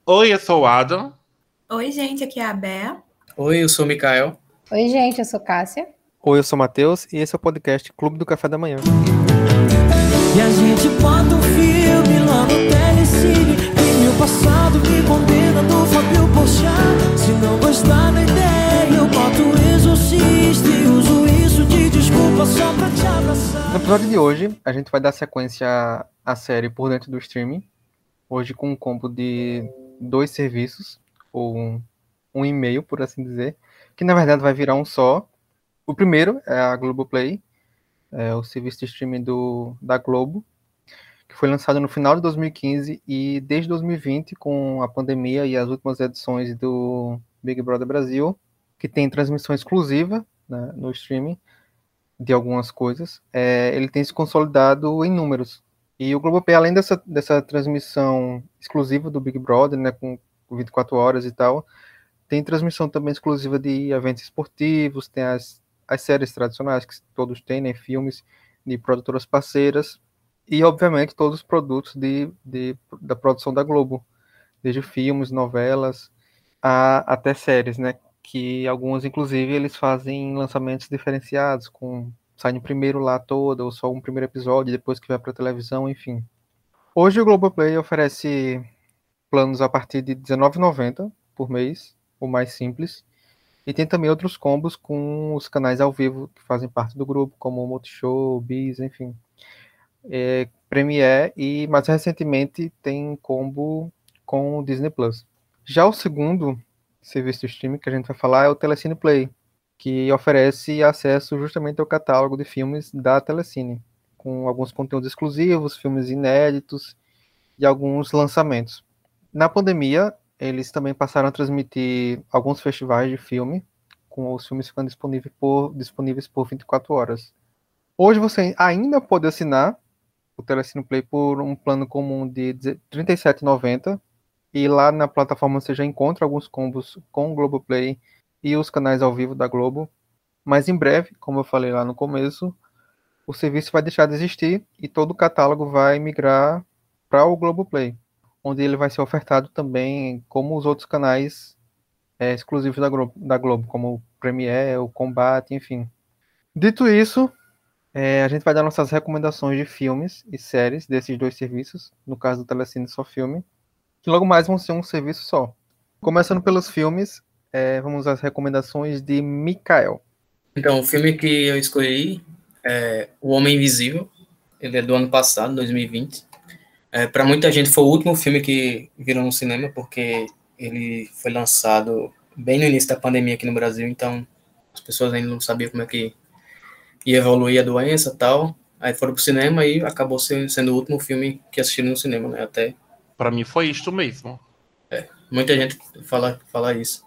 Oi, eu sou o Adam. Oi, gente, aqui é a Bea. Oi, eu sou o Mikael. Oi, gente, eu sou Cássia. Oi, eu sou o Matheus e esse é o podcast Clube do Café da Manhã. E a gente bota um filme lá no Telecine, e meu passado me condena do Fábio Porchat. Se não gostar da ideia, eu boto o Exorcista e uso isso de desculpa só pra te abraçar. No episódio de hoje, a gente vai dar sequência à série Por Dentro do Streaming. Hoje com um combo de 2 serviços, ou um e-mail, por assim dizer, que na verdade vai virar um só. O primeiro é a Globoplay, o serviço de streaming da Globo, que foi lançado no final de 2015 e desde 2020, com a pandemia e as últimas edições do Big Brother Brasil, que tem transmissão exclusiva, né, no streaming de algumas coisas, ele tem se consolidado em números. E o Globoplay, além dessa transmissão exclusiva do Big Brother, né, com 24 horas e tal, tem transmissão também exclusiva de eventos esportivos, tem as séries tradicionais que todos têm, né, filmes de produtoras parceiras, e obviamente todos os produtos da produção da Globo, desde filmes, novelas, até séries, né, que algumas inclusive eles fazem lançamentos diferenciados, saem primeiro lá toda, ou só um primeiro episódio, depois que vai para televisão, enfim. Hoje o Globoplay oferece planos a partir de R$19,90 por mês, o mais simples, e tem também outros combos com os canais ao vivo que fazem parte do grupo, como o Multishow, Bis, enfim. Premiere e, mais recentemente, tem combo com o Disney Plus. Já o segundo serviço de streaming que a gente vai falar é o Telecine Play, que oferece acesso justamente ao catálogo de filmes da Telecine, com alguns conteúdos exclusivos, filmes inéditos e alguns lançamentos. Na pandemia, eles também passaram a transmitir alguns festivais de filme, com os filmes ficando disponíveis por 24 horas. Hoje você ainda pode assinar o Telecine Play por um plano comum de R$37,90, e lá na plataforma você já encontra alguns combos com o Globoplay e os canais ao vivo da Globo, mas em breve, como eu falei lá no começo, o serviço vai deixar de existir e todo o catálogo vai migrar para o Globoplay, onde ele vai ser ofertado também como os outros canais exclusivos da Globo, como o Premiere, o Combate, enfim. Dito isso, a gente vai dar nossas recomendações de filmes e séries desses dois serviços, no caso do Telecine Só Filme, que logo mais vão ser um serviço só. Começando pelos filmes, vamos às recomendações de Mikael. Então, o filme que eu escolhi é O Homem Invisível. Ele é do ano passado, 2020. Para muita gente foi o último filme que viram no cinema, porque ele foi lançado bem no início da pandemia aqui no Brasil, então as pessoas ainda não sabiam como é que ia evoluir a doença e tal. Aí foram pro cinema e acabou sendo o último filme que assistiram no cinema, né? Até Pra mim foi isto mesmo. muita gente fala isso.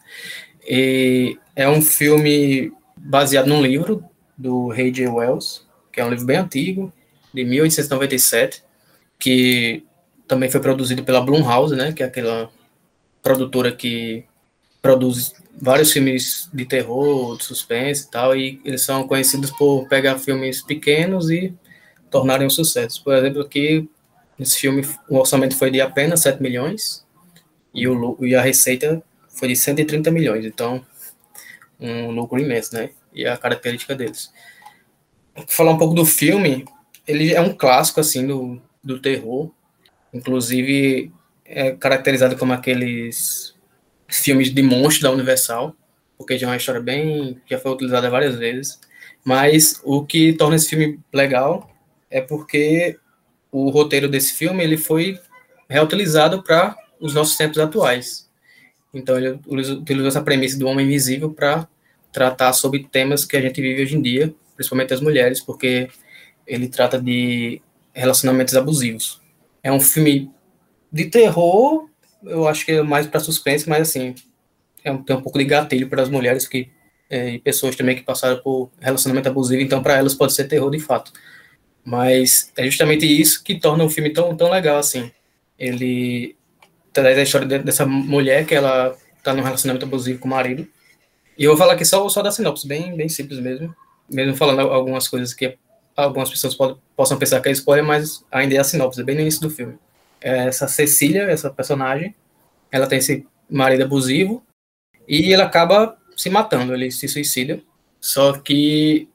E é um filme baseado num livro do H.G. Wells, que é um livro bem antigo, de 1897, que também foi produzido pela Blumhouse, né? Que é aquela produtora que produz vários filmes de terror, de suspense e tal, e eles são conhecidos por pegar filmes pequenos e tornarem um sucesso. Por exemplo, aqui, nesse filme, o orçamento foi de apenas 7 milhões e a receita foi de 130 milhões, então um lucro imenso, né? E a característica deles. Falar um pouco do filme, ele é um clássico, assim, do terror, inclusive é caracterizado como aqueles filmes de monstro da Universal, porque já é uma história já foi utilizada várias vezes, mas o que torna esse filme legal é porque o roteiro desse filme ele foi reutilizado para os nossos tempos atuais. Então ele utilizou essa premissa do homem invisível para tratar sobre temas que a gente vive hoje em dia, principalmente as mulheres, porque ele trata de relacionamentos abusivos. É um filme de terror, eu acho que é mais para suspense, mas assim, tem um pouco de gatilho para as mulheres e pessoas também que passaram por relacionamento abusivo, então para elas pode ser terror de fato. Mas é justamente isso que torna o filme tão legal, assim. Ele traz a história dessa mulher que ela tá num relacionamento abusivo com o marido. E eu vou falar aqui só da sinopse, bem simples mesmo. Mesmo falando algumas coisas que algumas pessoas possam pensar que é spoiler, mas ainda é a sinopse, bem no início do filme. Essa Cecília, essa personagem, ela tem esse marido abusivo e ele acaba se matando, ele se suicida. Só que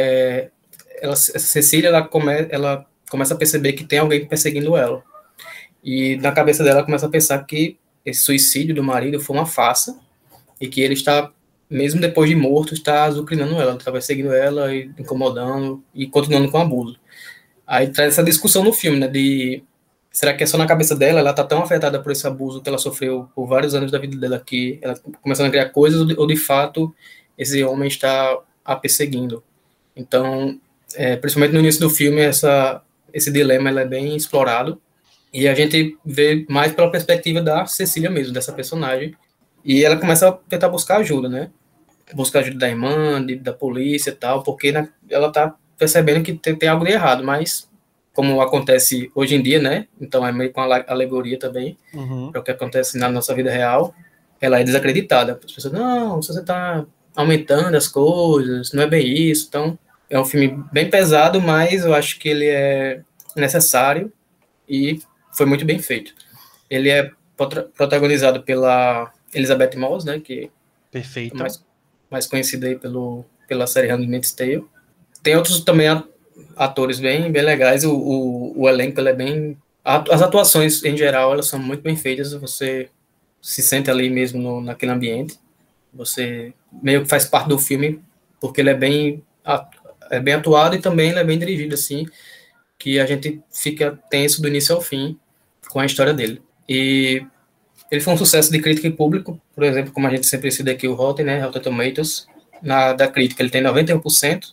essa Cecília, ela começa a perceber que tem alguém perseguindo ela. E na cabeça dela, ela começa a pensar que esse suicídio do marido foi uma farsa e que ele está, mesmo depois de morto, está azucrinando ela, está perseguindo ela e incomodando e continuando com o abuso. Aí traz essa discussão no filme, né, de será que é só na cabeça dela, ela está tão afetada por esse abuso que ela sofreu por vários anos da vida dela que ela está começando a criar coisas ou de fato esse homem está a perseguindo. Então, principalmente no início do filme, esse dilema ele é bem explorado e a gente vê mais pela perspectiva da Cecília mesmo, dessa personagem. E ela começa a tentar buscar ajuda, né? Buscar ajuda da irmã, da polícia e tal, porque ela tá percebendo que tem algo de errado, mas como acontece hoje em dia, né? Então é meio com alegoria também, para o que acontece na nossa vida real, ela é desacreditada. As pessoas, não, você tá aumentando as coisas, não é bem isso. Então, é um filme bem pesado, mas eu acho que ele é necessário e foi muito bem feito. Ele é protagonizado pela Elizabeth Moss, né, que Perfeito. é mais conhecida aí pela série Handmaid's Tale. Tem outros também atores bem legais. O elenco ele é bem... As atuações, em geral, elas são muito bem feitas. Você se sente ali mesmo naquele ambiente. Você meio que faz parte do filme, porque ele é bem atuado e também ele é bem dirigido, assim, que a gente fica tenso do início ao fim com a história dele. E ele foi um sucesso de crítica e público, por exemplo, como a gente sempre cita aqui o Rotten, né, Rotten Tomatoes, da crítica ele tem 91%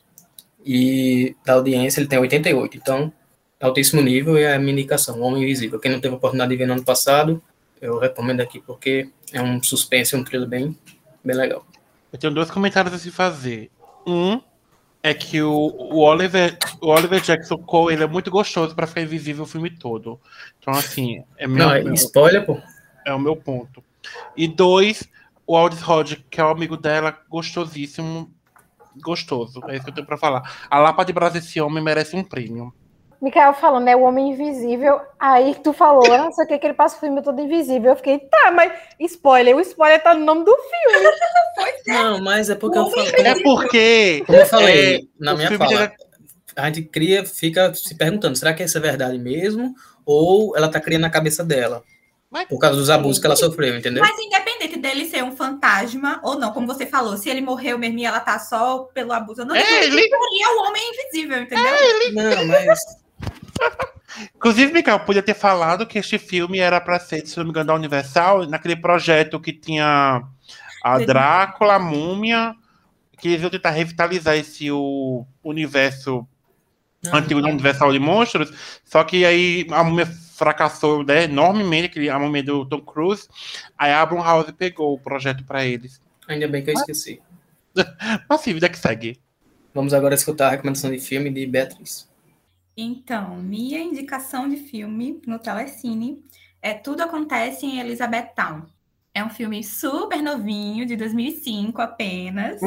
e da audiência ele tem 88%, então altíssimo nível. E a minha indicação, O Homem Invisível. Quem não teve a oportunidade de ver no ano passado, eu recomendo aqui porque é um suspense, um thriller bem legal. Eu tenho 2 comentários a se fazer. Um é que o Oliver Jackson Cole, ele é muito gostoso pra ficar invisível o filme todo. Então, assim, spoiler, pô. É o meu ponto. E 2, o Aldis Hodge, que é o amigo dela, gostosíssimo. Gostoso, é isso que eu tenho pra falar. A Lapa de Brás, esse homem merece um prêmio. Mikael falando, né? O Homem Invisível. Aí tu falou, não sei o que ele passa o filme todo invisível. Eu fiquei, tá, mas o spoiler tá no nome do filme. Não, mas é porque eu falei. É porque. Como eu falei na minha fala, dele... a gente fica se perguntando, será que isso é verdade mesmo? Ou ela tá criando na cabeça dela? Por causa dos abusos que ela sofreu, entendeu? Mas independente dele ser um fantasma ou não, como você falou, se ele morreu mesmo e ela tá só pelo abuso, eu não ele seria o Homem Invisível, entendeu? Não, mas... Inclusive, Mikael, podia ter falado que este filme era pra ser, se não me engano, da Universal, naquele projeto que tinha a Drácula, a Múmia, que eles iam tentar revitalizar o universo antigo da Universal de monstros, só que aí a Múmia fracassou, né, enormemente, a Múmia do Tom Cruise, aí a Blumhouse pegou o projeto pra eles. Ainda bem que eu esqueci. Mas sim, vida que segue. Vamos agora escutar a recomendação de filme de Beatriz. Então, minha indicação de filme no Telecine é Tudo Acontece em Elizabethtown. É um filme super novinho, de 2005 apenas.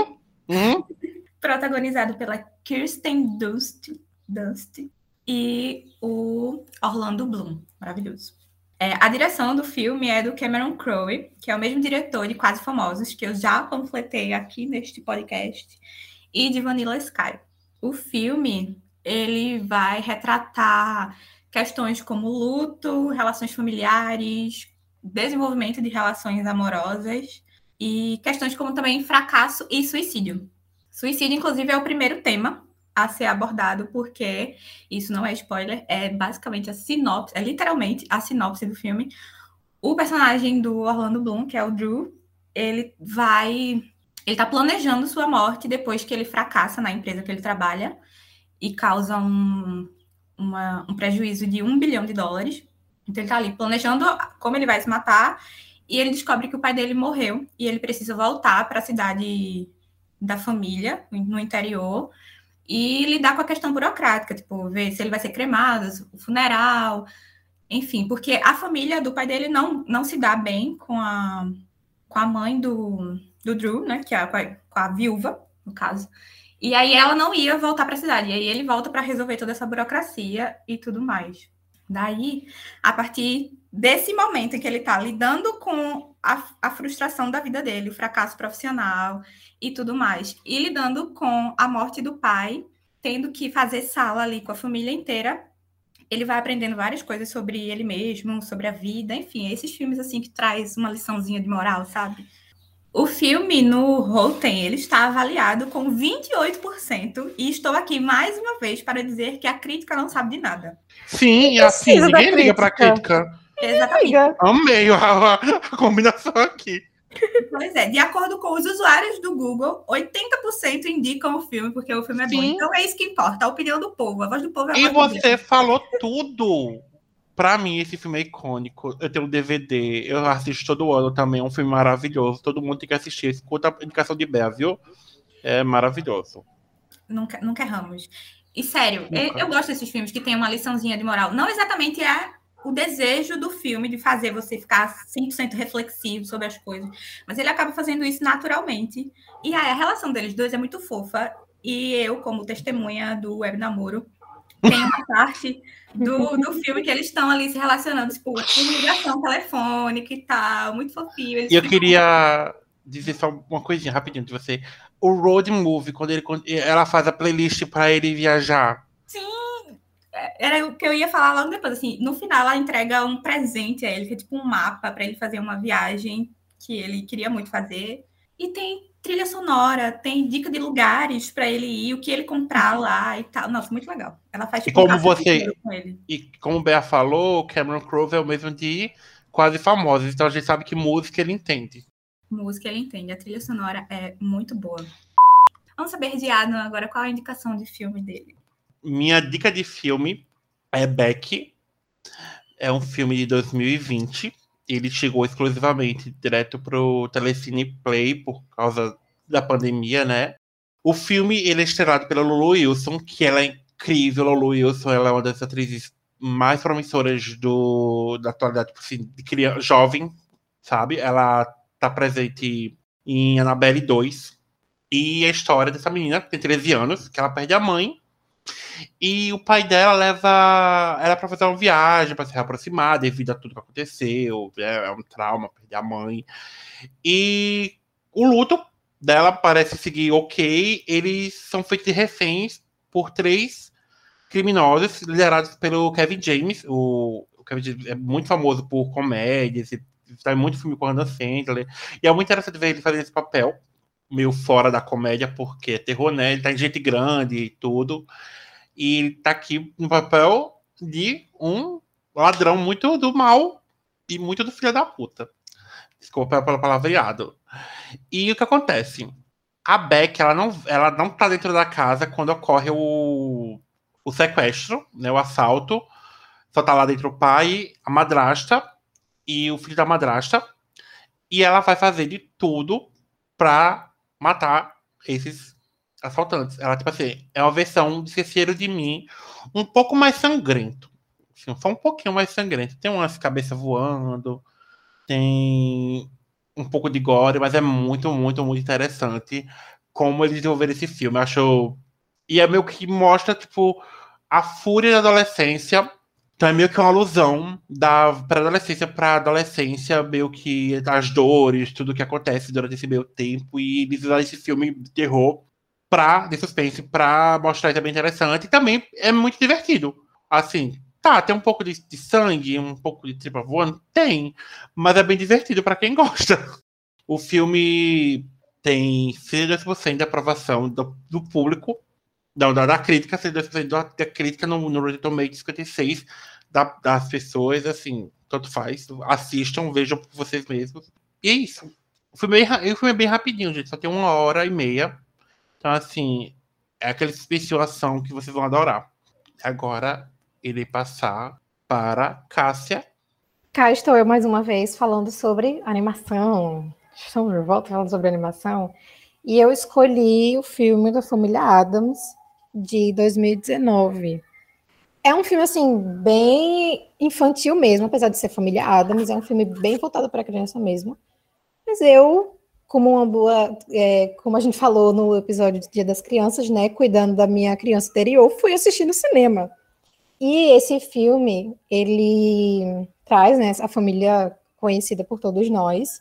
Protagonizado pela Kirsten Dunst e o Orlando Bloom. Maravilhoso. A direção do filme é do Cameron Crowe, que é o mesmo diretor de Quase Famosos, que eu já panfletei aqui neste podcast, e de Vanilla Sky. O filme... ele vai retratar questões como luto, relações familiares, desenvolvimento de relações amorosas e questões como também fracasso e suicídio. Suicídio, inclusive, é o primeiro tema a ser abordado, porque isso não é spoiler, é basicamente a sinopse, é literalmente a sinopse do filme. O personagem do Orlando Bloom, que é o Drew, ele tá planejando sua morte depois que ele fracassa na empresa que ele trabalha e causa um prejuízo de $1 bilhão. Então, ele tá ali planejando como ele vai se matar e ele descobre que o pai dele morreu e ele precisa voltar para a cidade da família, no interior, e lidar com a questão burocrática, tipo, ver se ele vai ser cremado, o funeral, enfim, porque a família do pai dele não se dá bem com a mãe do Drew, né, que é com a viúva, no caso. E aí ela não ia voltar para a cidade. E aí ele volta para resolver toda essa burocracia e tudo mais. Daí, a partir desse momento em que ele está lidando com a frustração da vida dele, o fracasso profissional e tudo mais, e lidando com a morte do pai, tendo que fazer sala ali com a família inteira, ele vai aprendendo várias coisas sobre ele mesmo, sobre a vida, enfim, esses filmes assim que traz uma liçãozinha de moral, sabe? O filme no Rotten, ele está avaliado com 28%, e estou aqui mais uma vez para dizer que a crítica não sabe de nada. Sim, assim, precisa da ninguém liga pra crítica. Exatamente. Amiga, Amei a combinação aqui. Pois é, de acordo com os usuários do Google, 80% indicam o filme porque o filme é bom. Sim. Então é isso que importa, a opinião do povo. A voz do povo é a E voz do você falou tudo. Pra mim, esse filme é icônico. Eu tenho um DVD, eu assisto todo ano também. É um filme maravilhoso. Todo mundo tem que assistir. Escuta a indicação de Bea, viu? É maravilhoso. Nunca erramos. E sério, Nunca. eu gosto desses filmes que tem uma liçãozinha de moral. Não exatamente é o desejo do filme de fazer você ficar 100% reflexivo sobre as coisas, mas ele acaba fazendo isso naturalmente. E aí, a relação deles dois é muito fofa. E eu, como testemunha do web namoro, tem uma parte do filme que eles estão ali se relacionando, tipo, com ligação telefônica e tal, muito fofinho. Eles E eu ficam- queria dizer só uma coisinha rapidinho de você. O Road Movie, quando ela faz a playlist pra ele viajar. Era o que eu ia falar logo depois, assim, no final ela entrega um presente a ele, que é tipo um mapa para ele fazer uma viagem que ele queria muito fazer, e tem trilha sonora, tem dica de lugares para ele ir, o que ele comprar lá e tal. Nossa, muito legal. Ela faz E tipo, como um você- com ele. E como o Bea falou, o Cameron Crowe é o mesmo de Quase Famosos. Então a gente sabe que música ele entende. Música ele entende, a trilha sonora é muito boa. Vamos saber de Adam agora qual a indicação de filme dele. Minha dica de filme é Beck. É um filme de 2020. Ele chegou exclusivamente direto pro Telecine Play por causa da pandemia, né? O filme ele é estrelado pela Lulu Wilson, que ela é incrível. A Lulu Wilson ela é uma das atrizes mais promissoras da atualidade, assim, de criança, jovem, sabe? Ela tá presente em Annabelle 2. E a história dessa menina, que tem 13 anos, que ela perde a mãe. E o pai dela leva ela pra fazer uma viagem, pra se reaproximar devido a tudo que aconteceu. É um trauma, perder a mãe. E o luto dela parece seguir ok. Eles são feitos de reféns por 3 criminosos liderados pelo Kevin James. O Kevin James é muito famoso por comédias, está em muito filme com Adam Sandler. E é muito interessante ver ele fazer esse papel, meio fora da comédia, porque é terror, né? Ele tá em Gente Grande e tudo. E ele tá aqui no papel de um ladrão muito do mal e muito do filho da puta. Desculpa pelo palavreado. E o que acontece? A Beck, ela não tá dentro da casa quando ocorre o sequestro, né, o assalto. Só tá lá dentro o pai, a madrasta e o filho da madrasta. E ela vai fazer de tudo pra matar esses assaltantes. Ela, tipo assim, é uma versão de Esqueceram de Mim um pouco mais sangrento. Assim, só um pouquinho mais sangrento. Tem umas cabeças voando, tem um pouco de gore, mas é muito, muito, muito interessante como eles desenvolveram esse filme. Acho. E é meio que mostra, tipo, a fúria da adolescência. Então é meio que uma alusão da pré-adolescência pra adolescência, meio que as dores, tudo que acontece durante esse meio tempo. E eles usaram esse filme de terror de suspense pra mostrar isso, é bem interessante. E também é muito divertido. Assim, tá, tem um pouco de sangue, um pouco de tripa voando? Tem. Mas é bem divertido pra quem gosta. O filme tem 62% de aprovação do público. Não, da crítica, 62% da crítica no Rotten Tomatoes, 56% das pessoas, assim, tanto faz. Assistam, vejam por vocês mesmos. E é isso. O filme é bem rapidinho, gente. Só tem 1h30. Então, assim, é aquela expressão que vocês vão adorar. Agora, irei passar para Cássia. cá estou eu mais uma vez falando sobre animação. Estamos de volta falando sobre animação. E eu escolhi o filme da família Addams, de 2019. É um filme, assim, bem infantil mesmo, apesar de ser família Addams. É um filme bem voltado para criança mesmo. Mas eu, como uma boa... como a gente falou no episódio do Dia das Crianças, né? Cuidando da minha criança interior, fui assistir no cinema. E esse filme, ele traz, né, a família conhecida por todos nós.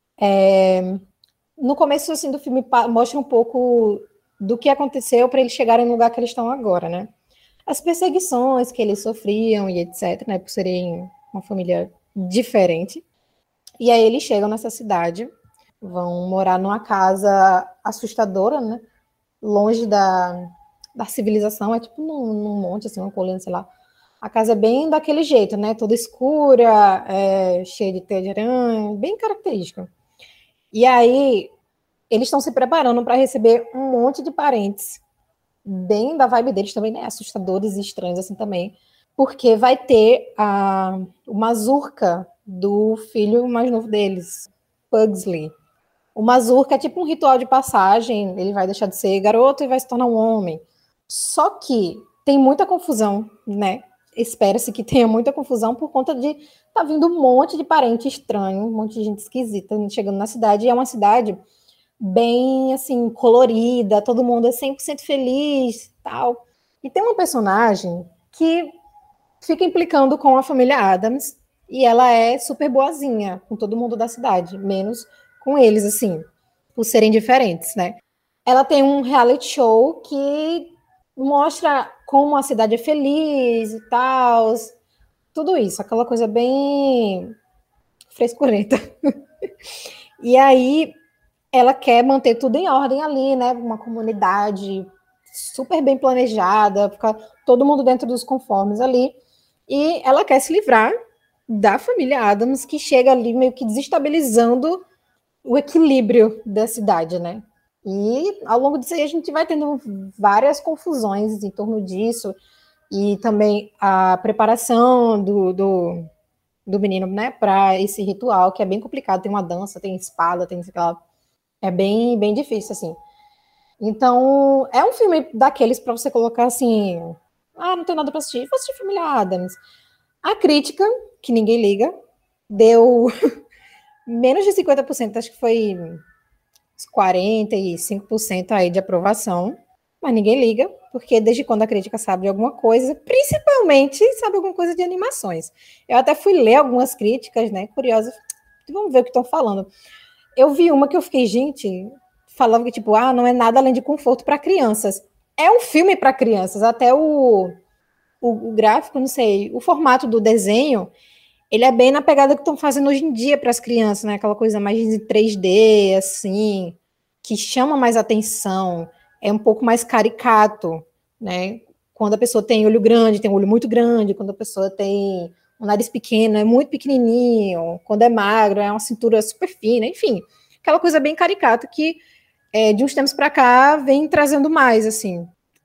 No começo, assim, do filme mostra um pouco do que aconteceu para eles chegarem no lugar que eles estão agora, né? As perseguições que eles sofriam e etc, né, por serem uma família diferente. E aí eles chegam nessa cidade, vão morar numa casa assustadora, né? Longe da civilização, é tipo num monte, assim, uma colina, sei lá. A casa é bem daquele jeito, né? Toda escura, cheia de teia de aranha, bem característica. E aí, eles estão se preparando para receber um monte de parentes, bem da vibe deles também, né? Assustadores e estranhos, assim, também. Porque vai ter a mazurca do filho mais novo deles, Pugsley. O mazurca é tipo um ritual de passagem, ele vai deixar de ser garoto e vai se tornar um homem. Só que tem muita confusão, né? Espera-se que tenha muita confusão por conta de tá vindo um monte de parente estranho, um monte de gente esquisita chegando na cidade, e é uma cidade bem, assim, colorida, todo mundo é 100% feliz, tal. E tem uma personagem que fica implicando com a família Adams, e ela é super boazinha com todo mundo da cidade, menos com eles, assim, por serem diferentes, né? Ela tem um reality show que mostra como a cidade é feliz e tal, tudo isso, aquela coisa bem frescurenta. E aí ela quer manter tudo em ordem ali, né? Uma comunidade super bem planejada, ficar todo mundo dentro dos conformes ali. E ela quer se livrar da família Adams, que chega ali meio que desestabilizando o equilíbrio da cidade, né? E ao longo disso aí a gente vai tendo várias confusões em torno disso, e também a preparação do menino, né, para esse ritual, que é bem complicado, tem uma dança, tem espada, tem aquela... É bem, bem difícil, assim. Então, é um filme daqueles para você colocar assim, não tem nada para assistir, vou assistir Família Adams. A crítica, que ninguém liga, deu menos de 50%, acho que foi 45% aí de aprovação, mas ninguém liga, porque desde quando a crítica sabe de alguma coisa, principalmente sabe alguma coisa de animações. Eu até fui ler algumas críticas, né, curiosa, vamos ver o que estão falando. Eu vi uma que eu fiquei, gente, falava que tipo, não é nada além de conforto para crianças. É um filme para crianças, até o gráfico, não sei, o formato do desenho, ele é bem na pegada que estão fazendo hoje em dia para as crianças, né? Aquela coisa mais em 3D, assim, que chama mais atenção, é um pouco mais caricato, né? Quando a pessoa tem olho grande, tem um olho muito grande, quando a pessoa tem um nariz pequeno, é muito pequenininho, quando é magro, é uma cintura super fina, enfim, aquela coisa bem caricata que de uns tempos para cá vem trazendo mais, assim,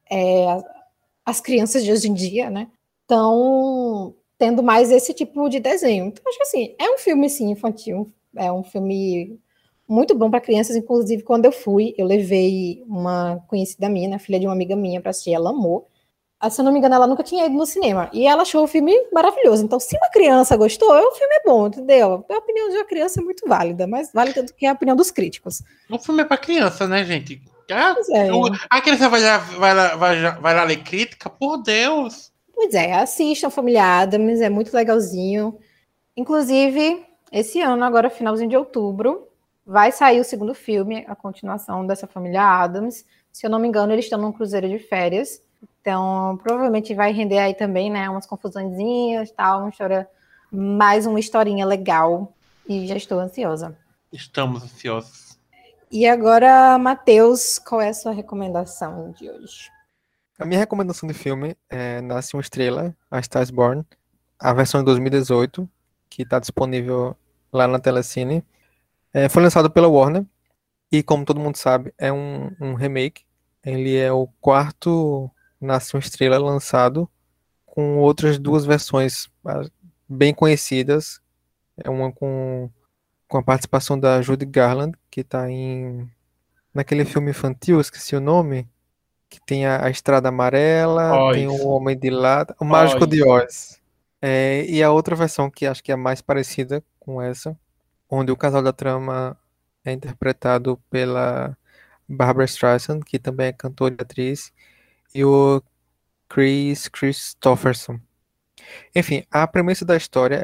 as crianças de hoje em dia, né? Estão tendo mais esse tipo de desenho. Então, acho que assim, é um filme, sim, infantil. É um filme muito bom para crianças. Inclusive, quando eu fui, eu levei uma conhecida minha, né, filha de uma amiga minha, para assistir. Ela amou. Se eu não me engano, ela nunca tinha ido no cinema. E ela achou o filme maravilhoso. Então, se uma criança gostou, o filme é bom, entendeu? A opinião de uma criança é muito válida, mais válida do que a opinião dos críticos. O filme é para criança, né, gente? É. A criança vai lá ler crítica? Por Deus! Pois é, assistam Família Adams, é muito legalzinho. Inclusive, esse ano, agora finalzinho de outubro, vai sair o segundo filme, a continuação dessa Família Adams. Se eu não me engano, eles estão num cruzeiro de férias. Então, provavelmente vai render aí também, né, umas confusõezinhas, tal, mais uma historinha legal. E já estou ansiosa. Estamos ansiosos. E agora, Matheus, qual é a sua recomendação de hoje? A minha recomendação de filme é Nasce uma Estrela, A Star is Born, a versão de 2018, que está disponível lá na Telecine. Foi lançado pela Warner e, como todo mundo sabe, é um remake. Ele é o quarto Nasce uma Estrela lançado, com outras duas versões bem conhecidas. É uma com a participação da Judy Garland, que está naquele filme infantil, esqueci o nome, que tem a Estrada Amarela, Oz. tem o Homem de Lata, o Mágico de Oz. E a outra versão, que acho que é a mais parecida com essa, onde o casal da trama é interpretado pela Barbra Streisand, que também é cantora e atriz, e o Chris Christopherson. Enfim, a premissa da história,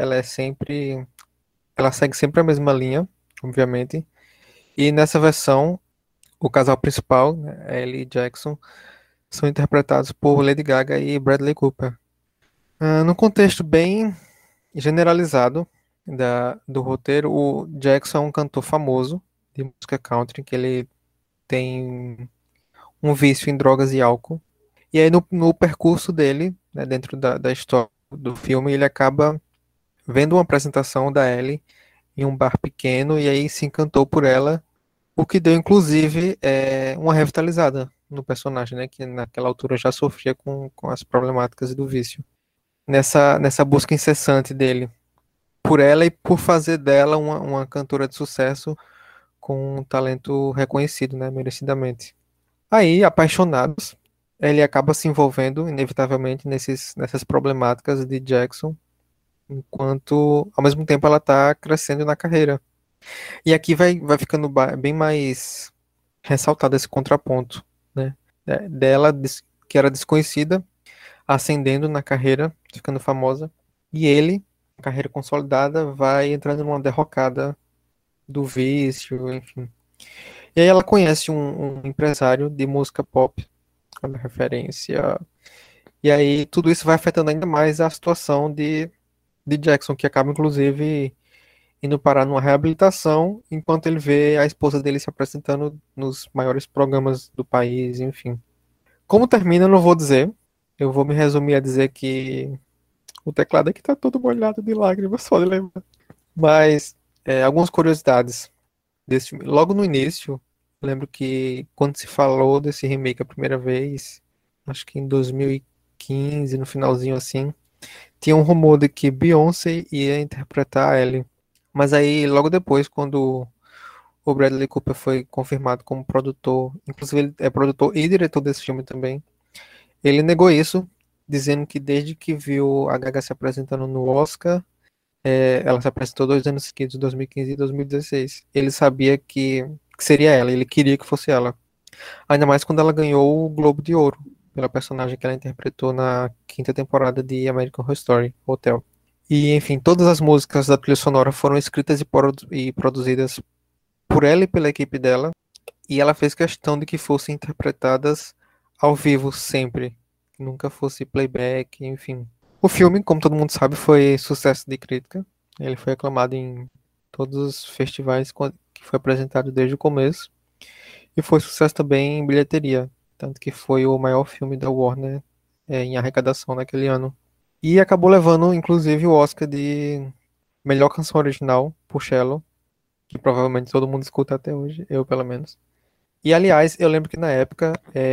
ela segue sempre a mesma linha, obviamente. E nessa versão, o casal principal, né, Ellie e Jackson, são interpretados por Lady Gaga e Bradley Cooper. Num contexto bem generalizado do roteiro, o Jackson é um cantor famoso de música country, que ele tem um vício em drogas e álcool. E aí no percurso dele, né, dentro da história do filme, ele acaba vendo uma apresentação da Ellie em um bar pequeno e aí se encantou por ela, o que deu inclusive uma revitalizada no personagem, né, que naquela altura já sofria com as problemáticas do vício. Nessa busca incessante dele por ela e por fazer dela uma cantora de sucesso com um talento reconhecido, né, merecidamente. Aí, apaixonados, ele acaba se envolvendo, inevitavelmente, nessas problemáticas de Jackson, enquanto, ao mesmo tempo, ela está crescendo na carreira. E aqui vai ficando bem mais ressaltado esse contraponto, né? Dela, que era desconhecida, ascendendo na carreira, ficando famosa, e ele, carreira consolidada, vai entrando numa derrocada do vício, enfim. E aí ela conhece um empresário de música pop, como referência. E aí tudo isso vai afetando ainda mais a situação de Jackson, que acaba inclusive indo parar numa reabilitação, enquanto ele vê a esposa dele se apresentando nos maiores programas do país, enfim. Como termina, eu não vou dizer. Eu vou me resumir a dizer que o teclado aqui tá todo molhado de lágrimas, só de lembrar. Mas, algumas curiosidades desse filme. Logo no início, eu lembro que quando se falou desse remake a primeira vez, acho que em 2015, no finalzinho assim, tinha um rumor de que Beyoncé ia interpretar a Ellie. Mas aí, logo depois, quando o Bradley Cooper foi confirmado como produtor, inclusive ele é produtor e diretor desse filme também, ele negou isso, dizendo que desde que viu a Gaga se apresentando no Oscar, ela se apresentou 2 anos seguidos, 2015 e 2016. Ele sabia que seria ela, ele queria que fosse ela. Ainda mais quando ela ganhou o Globo de Ouro, pela personagem que ela interpretou na 5ª temporada de American Horror Story, Hotel. E, enfim, todas as músicas da trilha sonora foram escritas e produzidas por ela e pela equipe dela, e ela fez questão de que fossem interpretadas ao vivo sempre, que nunca fosse playback, enfim. O filme, como todo mundo sabe, foi sucesso de crítica. Ele foi aclamado em todos os festivais que foi apresentado desde o começo. E foi sucesso também em bilheteria. Tanto que foi o maior filme da Warner em arrecadação naquele ano. E acabou levando, inclusive, o Oscar de melhor canção original por Shallow, que provavelmente todo mundo escuta até hoje, eu pelo menos. E, aliás, eu lembro que na época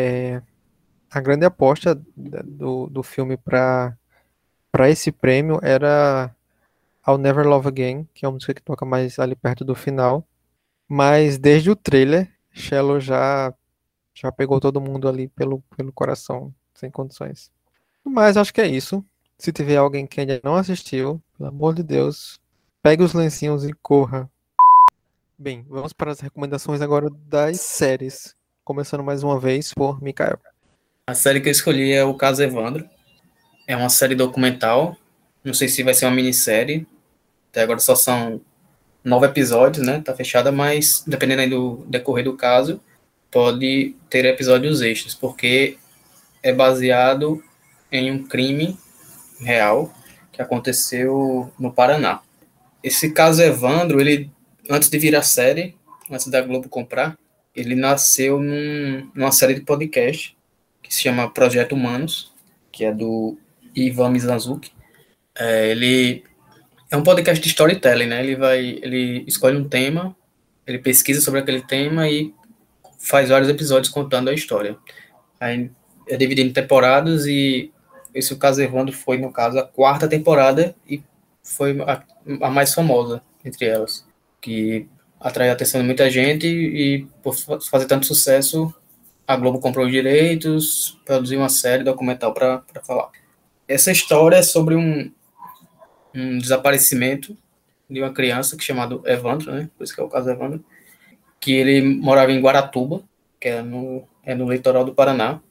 a grande aposta do filme para esse prêmio era I'll Never Love Again, que é uma música que toca mais ali perto do final. Mas desde o trailer, Shallow já pegou todo mundo ali pelo coração, sem condições. Mas acho que é isso. Se tiver alguém que ainda não assistiu, pelo amor de Deus, pegue os lencinhos e corra. Bem, vamos para as recomendações agora das séries. Começando mais uma vez por Mikael. A série que eu escolhi é O Caso Evandro. É uma série documental. Não sei se vai ser uma minissérie. Até agora só são 9 episódios, né? Tá fechada, mas dependendo aí do decorrer do caso, pode ter episódios extras, porque é baseado em um crime real que aconteceu no Paraná. Esse caso Evandro, ele, antes de virar série, antes da Globo comprar, ele nasceu numa série de podcast que se chama Projeto Humanos, que é do Ivan Mizanzuki. Ele é um podcast de storytelling, né? Ele escolhe um tema, ele pesquisa sobre aquele tema e faz vários episódios contando a história. Aí é dividido em temporadas e esse O Caso Evandro foi, no caso, a 4ª temporada e foi a mais famosa entre elas, que atraiu a atenção de muita gente e por fazer tanto sucesso, a Globo comprou os direitos, produziu uma série documental para falar. Essa história é sobre um desaparecimento de uma criança chamado Evandro, né? Por isso que é o caso Evandro, que ele morava em Guaratuba, que é no litoral do Paraná,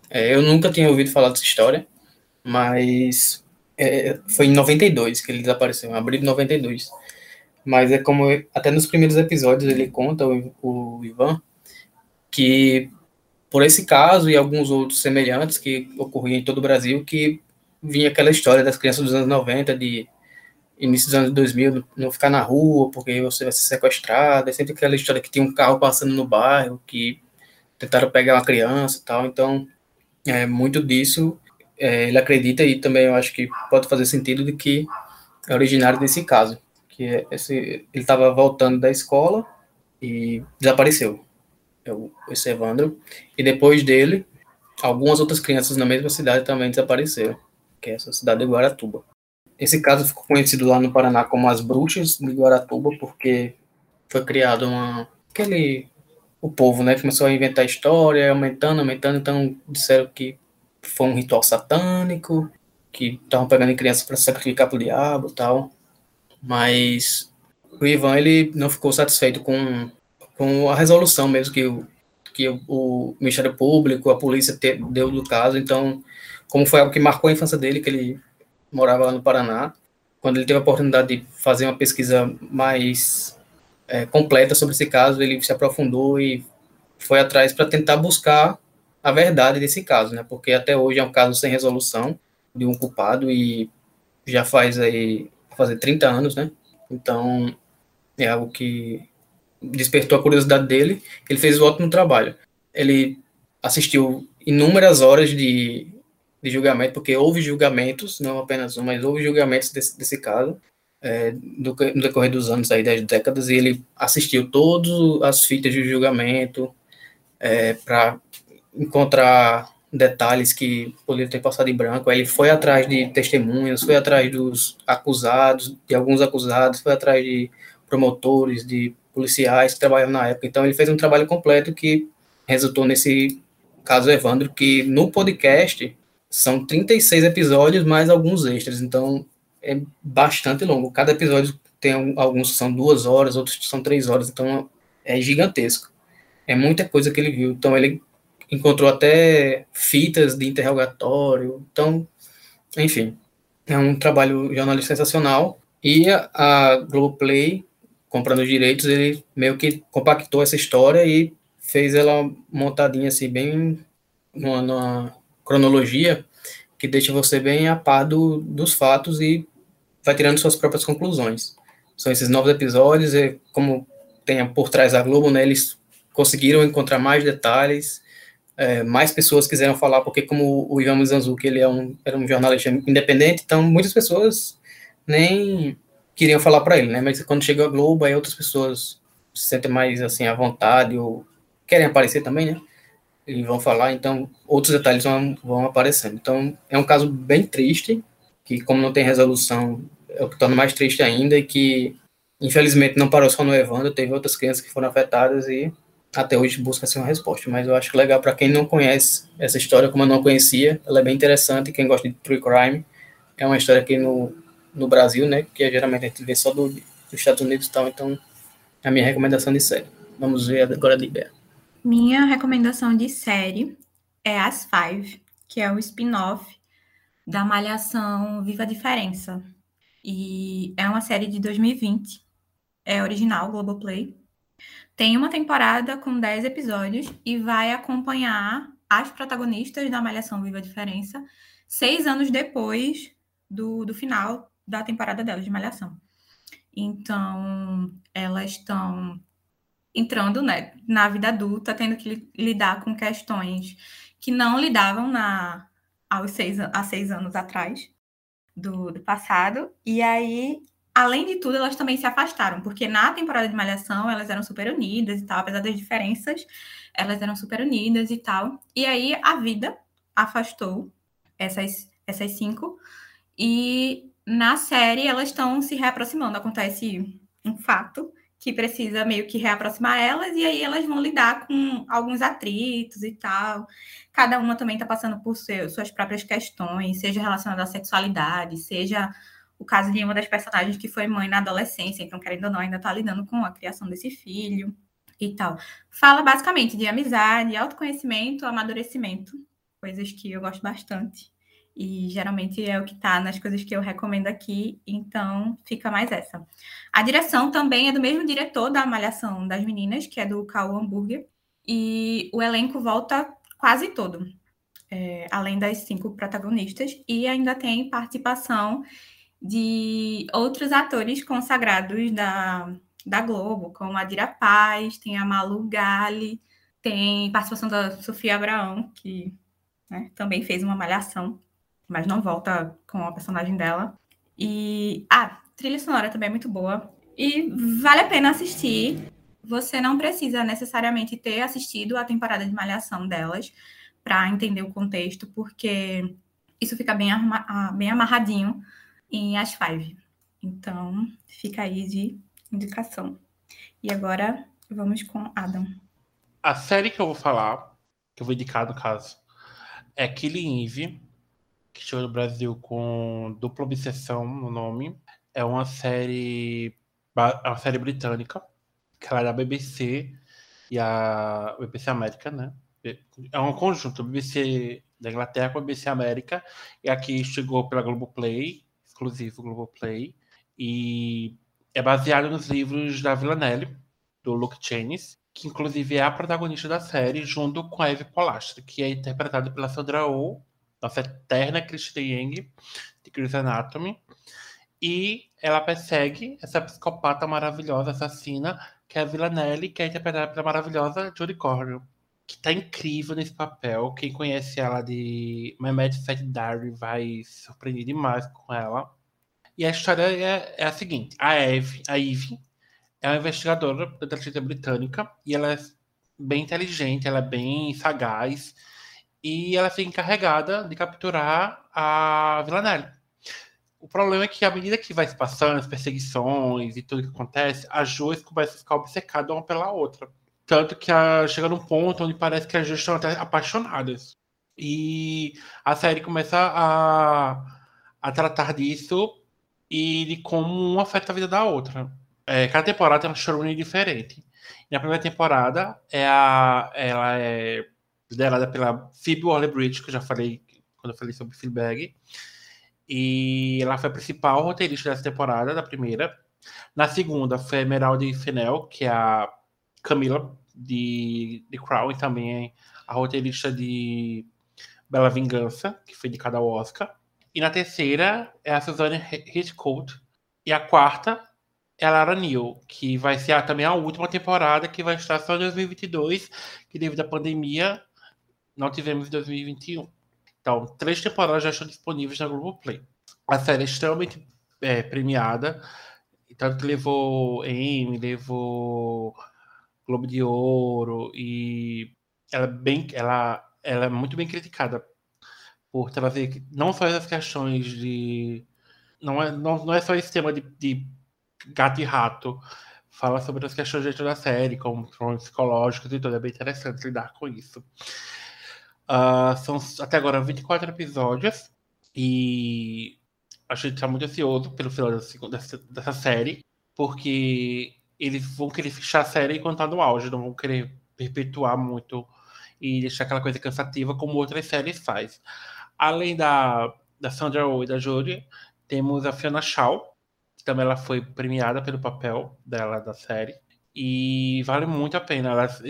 Eu nunca tinha ouvido falar dessa história, mas foi em 92 que ele desapareceu, em abril de 92. Mas é como, até nos primeiros episódios ele conta, o Ivan, que por esse caso e alguns outros semelhantes que ocorriam em todo o Brasil, que vinha aquela história das crianças dos anos 90, de início dos anos 2000, não ficar na rua porque você vai ser sequestrado, é sempre aquela história que tinha um carro passando no bairro, que tentaram pegar uma criança e tal, então, muito disso, ele acredita, e também eu acho que pode fazer sentido, de que é originário desse caso, que ele estava voltando da escola e desapareceu, esse Evandro, e depois dele, algumas outras crianças na mesma cidade também desapareceram, que é essa cidade de Guaratuba. Esse caso ficou conhecido lá no Paraná como as Bruxas de Guaratuba, porque foi criado o povo, né, começou a inventar história, aumentando, então disseram que foi um ritual satânico, que estavam pegando crianças para sacrificar para o diabo e tal, mas o Ivan, ele não ficou satisfeito com a resolução mesmo que o Ministério Público, a polícia deu do caso, então, como foi algo que marcou a infância dele, que ele morava lá no Paraná, quando ele teve a oportunidade de fazer uma pesquisa mais completa sobre esse caso, ele se aprofundou e foi atrás para tentar buscar a verdade desse caso, né? Porque até hoje é um caso sem resolução de um culpado e já faz aí fazer 30 anos, né? Então é algo que despertou a curiosidade dele. Ele fez um ótimo trabalho. Ele assistiu inúmeras horas de julgamento, porque houve julgamentos, não apenas um, mas houve julgamentos desse caso, no decorrer dos anos, aí, das décadas, e ele assistiu todas as fitas de julgamento para encontrar detalhes que poderiam ter passado em branco. Aí ele foi atrás de testemunhas, foi atrás dos acusados, de alguns acusados, foi atrás de promotores, de policiais que trabalhavam na época. Então ele fez um trabalho completo que resultou nesse caso Evandro, que no podcast são 36 episódios mais alguns extras, então é bastante longo. Cada episódio tem alguns que são 2 horas, outros que são 3 horas, então é gigantesco. É muita coisa que ele viu. Então ele encontrou até fitas de interrogatório. Então, enfim, é um trabalho jornalístico sensacional. E a Globoplay, comprando os direitos, ele meio que compactou essa história e fez ela montadinha assim, bem numa cronologia que deixa você bem a par dos fatos e vai tirando suas próprias conclusões. São esses novos episódios, e como tem por trás da Globo, né, eles conseguiram encontrar mais detalhes, mais pessoas quiseram falar, porque como o Ivan Mizanzuki, ele era um jornalista independente, então muitas pessoas nem queriam falar para ele, né, mas quando chegou a Globo, aí outras pessoas se sentem mais assim à vontade, ou querem aparecer também, né, e vão falar, então outros detalhes vão aparecendo. Então é um caso bem triste, que como não tem resolução, é o que torna mais triste ainda, e que infelizmente não parou só no Evandro, teve outras crianças que foram afetadas e até hoje busca-se uma resposta. Mas eu acho legal para quem não conhece essa história, como eu não conhecia, ela é bem interessante. Quem gosta de true crime, é uma história aqui no Brasil, né, que geralmente a gente vê só dos Estados Unidos e tal, então é a minha recomendação de série. Vamos ver agora de Bea. Minha recomendação de série é As Five, que é o spin-off da Malhação Viva a Diferença. E é uma série de 2020, é original, Globoplay. Tem uma temporada com 10 episódios e vai acompanhar as protagonistas da Malhação Viva a Diferença 6 anos depois do final da temporada delas de Malhação. Então, elas estão entrando, né, na vida adulta, tendo que lidar com questões que não lidavam há 6 anos atrás do passado. E aí, além de tudo, elas também se afastaram, porque na temporada de Malhação elas eram super unidas e tal, apesar das diferenças, elas eram super unidas e tal. E aí a vida afastou essas 5, e na série elas estão se reaproximando. Acontece um fato que precisa meio que reaproximar elas, e aí elas vão lidar com alguns atritos e tal. Cada uma também está passando por suas próprias questões, seja relacionada à sexualidade, seja o caso de uma das personagens que foi mãe na adolescência, então, querendo ou não, ainda está lidando com a criação desse filho e tal. Fala basicamente de amizade, autoconhecimento, amadurecimento, coisas que eu gosto bastante. E geralmente é o que tá nas coisas que eu recomendo aqui, então fica mais essa. A direção também é do mesmo diretor da Malhação das Meninas, que é do Cauã Hambúrguer, e o elenco volta quase todo, além das 5 protagonistas, e ainda tem participação de outros atores consagrados da Globo, como a Dira Paz, tem a Malu Gali, tem participação da Sofia Abraão, que, né, também fez uma Malhação, mas não volta com a personagem dela. E a trilha sonora também é muito boa. E vale a pena assistir. Você não precisa necessariamente ter assistido a temporada de Malhação delas para entender o contexto, porque isso fica bem amarradinho em As Five. Então, fica aí de indicação. E agora, vamos com Adam. A série que eu vou falar, que eu vou indicar no caso, é Killing Eve, que chegou no Brasil com dupla obsessão no nome. É uma série britânica, que ela é da BBC e a BBC América, né? É um conjunto, BBC da Inglaterra com a BBC América, e aqui chegou pela Globoplay, exclusivo Globoplay, e é baseado nos livros da Villanelle, do Luke Cheney, que inclusive é a protagonista da série, junto com a Eve Polastri, que é interpretada pela Sandra Oh, nossa eterna Kristen Yang, de Grey's Anatomy, e ela persegue essa psicopata maravilhosa, assassina, que é a Villanelle, que é interpretada pela maravilhosa Jodie Comer, que tá incrível nesse papel. Quem conhece ela de My Mad Fat Diary vai se surpreender demais com ela. E a história é a seguinte: a Eve é uma investigadora da detetive britânica e ela é bem inteligente, ela é bem sagaz, e ela fica encarregada de capturar a Villanelle. O problema é que, à medida que vai se passando, as perseguições e tudo que acontece, as duas começam a ficar obcecadas uma pela outra. Tanto que chega num ponto onde parece que as duas estão até apaixonadas. E a série começa a tratar disso e de como uma afeta a vida da outra. Cada temporada tem uma showrunner diferente. Na primeira temporada, ela é liderada pela Phoebe Waller-Bridge, que eu já falei quando eu falei sobre Fleabag. E ela foi a principal roteirista dessa temporada, da primeira. Na segunda foi a Emerald Fennell, que é a Camila de Crown, e também a roteirista de Bela Vingança, que foi indicada ao Oscar. E na terceira é a Suzanne Hitchcock. E a quarta é a Lara Neal, que vai ser também a última temporada, que vai estar só em 2022, que devido à pandemia não tivemos em 2021. Então, 3 temporadas já estão disponíveis na Globoplay. A série é extremamente premiada, tanto que levou Emmy, levou Globo de Ouro, e ela é muito bem criticada por trazer não só as questões de... Não é só esse tema de gato e rato, fala sobre as questões dentro da série, como problemas psicológicos e tudo, é bem interessante lidar com isso. São até agora 24 episódios e a gente está muito ansioso pelo final dessa série, porque eles vão querer fechar a série enquanto está no auge, não vão querer perpetuar muito e deixar aquela coisa cansativa como outras séries faz. Além da Sandra Oh e da Jodie, temos a Fiona Shaw, que também ela foi premiada pelo papel dela da série. E vale muito a pena.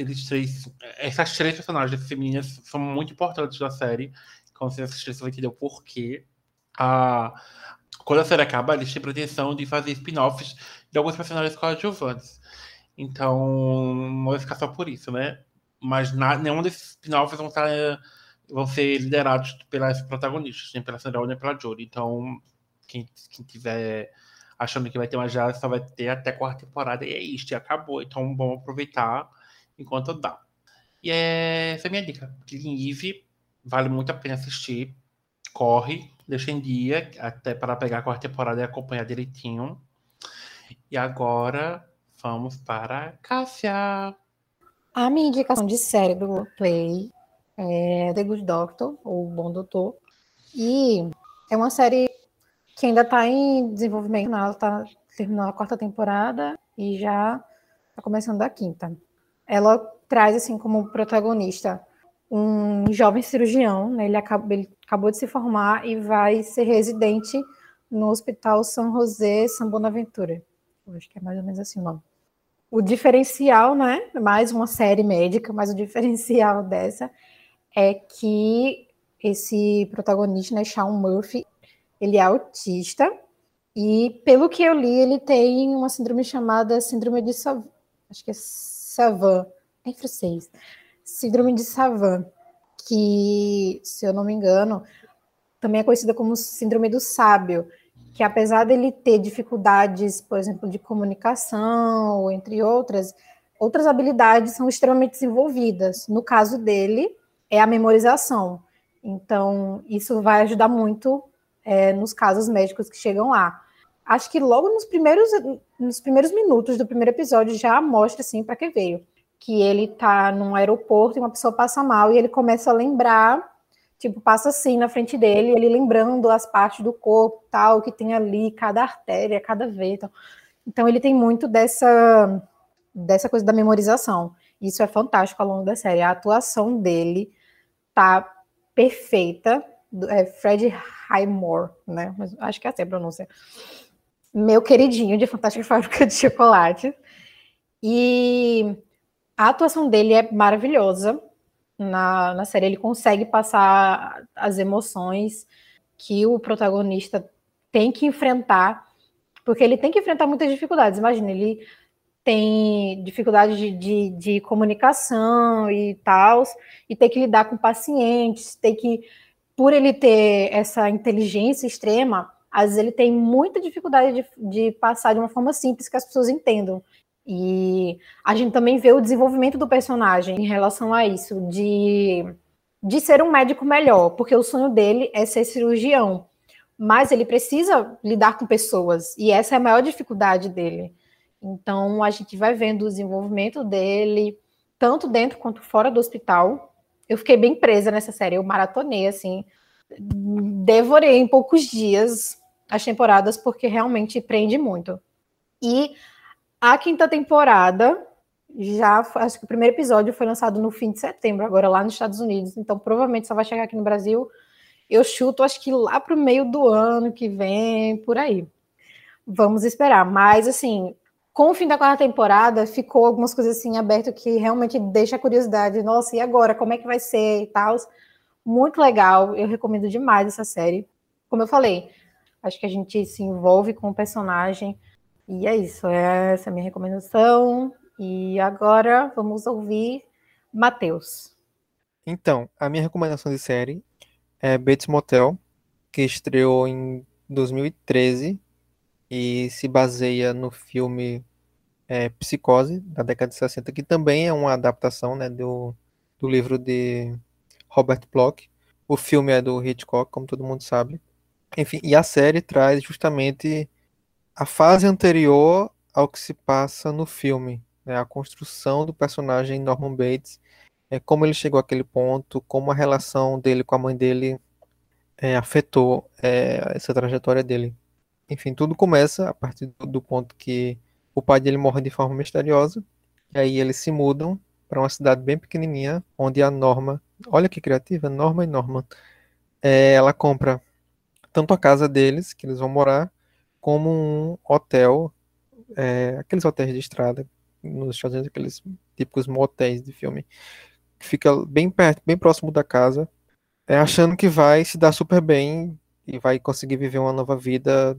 Essas 3 personagens femininas são muito importantes da série. Quando você assistir, você vai entender o porquê. Quando a série acaba, eles têm pretensão de fazer spin-offs de alguns personagens coadjuvantes. Então, não vai ficar só por isso, né? Mas nenhum desses spin-offs vão ser liderados pelas protagonistas, nem pela Sandra nem pela Jodie. Então, quem tiver achando que vai ter uma já, só vai ter até a 4ª temporada, e é isso, e acabou. Então vamos aproveitar enquanto dá. E essa é a minha dica. Killing Eve, vale muito a pena assistir. Corre, deixa em dia, até para pegar a 4ª temporada e acompanhar direitinho. E agora, vamos para Cássia. A minha indicação de série do Globoplay é The Good Doctor, ou Bom Doutor. E é uma série que ainda está em desenvolvimento, ela terminou a 4ª temporada e já está começando a 5ª. Ela traz, assim, como protagonista um jovem cirurgião, né? Ele acabou de se formar e vai ser residente no Hospital São José San Bonaventura. Eu acho que é mais ou menos assim o nome. O diferencial, né? Mais uma série médica, mas o diferencial dessa é que esse protagonista, né, Sean Murphy, ele é autista e, pelo que eu li, ele tem uma síndrome chamada síndrome de Savant, acho que é Savant, em francês, síndrome de Savant, que, se eu não me engano, também é conhecida como síndrome do sábio, que apesar dele ter dificuldades, por exemplo, de comunicação, entre outras habilidades são extremamente desenvolvidas. No caso dele, é a memorização. Então, isso vai ajudar muito nos casos médicos que chegam lá. Acho que logo nos primeiros minutos do primeiro episódio já mostra, assim, para que veio. Que ele tá num aeroporto e uma pessoa passa mal e ele começa a lembrar, tipo, passa assim na frente dele, ele lembrando as partes do corpo, tal, que tem ali, cada artéria, cada veia, tal. Então ele tem muito dessa coisa da memorização. Isso é fantástico ao longo da série. A atuação dele tá perfeita. Fred Highmore, né? Mas acho que é assim a pronúncia. Meu queridinho de Fantástica Fábrica de Chocolate. E a atuação dele é maravilhosa. Na série ele consegue passar as emoções que o protagonista tem que enfrentar, porque ele tem que enfrentar muitas dificuldades. Imagina, ele tem dificuldade de comunicação e tal, e tem que lidar com pacientes, por ele ter essa inteligência extrema, às vezes ele tem muita dificuldade de passar de uma forma simples que as pessoas entendam. E a gente também vê o desenvolvimento do personagem em relação a isso, de ser um médico melhor, porque o sonho dele é ser cirurgião, mas ele precisa lidar com pessoas, e essa é a maior dificuldade dele. Então, a gente vai vendo o desenvolvimento dele, tanto dentro quanto fora do hospital. Eu fiquei bem presa nessa série, eu maratonei, assim, devorei em poucos dias as temporadas, porque realmente prende muito. E a quinta temporada, acho que o primeiro episódio foi lançado no fim de setembro, agora lá nos Estados Unidos, então provavelmente só vai chegar aqui no Brasil, eu chuto, acho que lá para o meio do ano que vem, por aí. Vamos esperar, mas assim, com o fim da quarta temporada, ficou algumas coisas assim abertas que realmente deixa a curiosidade, nossa, e agora, como é que vai ser e tal. Muito legal, eu recomendo demais essa série. Como eu falei, acho que a gente se envolve com o personagem, e é isso, essa é a minha recomendação. E agora vamos ouvir Matheus. Então, a minha recomendação de série é Bates Motel, que estreou em 2013 e se baseia no filme Psicose, da década de 60, que também é uma adaptação, né, do livro de Robert Bloch. O filme é do Hitchcock, como todo mundo sabe. Enfim, e a série traz justamente a fase anterior ao que se passa no filme, né, a construção do personagem Norman Bates, como ele chegou àquele ponto, como a relação dele com a mãe dele afetou essa trajetória dele. Enfim, tudo começa a partir do ponto que o pai dele morre de forma misteriosa, e aí eles se mudam para uma cidade bem pequenininha, onde a Norma, olha que criativa, Norma e Norman, ela compra tanto a casa deles, que eles vão morar, como um hotel, aqueles hotéis de estrada, nos Estados Unidos, aqueles típicos motéis de filme, que fica bem perto, bem próximo da casa, achando que vai se dar super bem e vai conseguir viver uma nova vida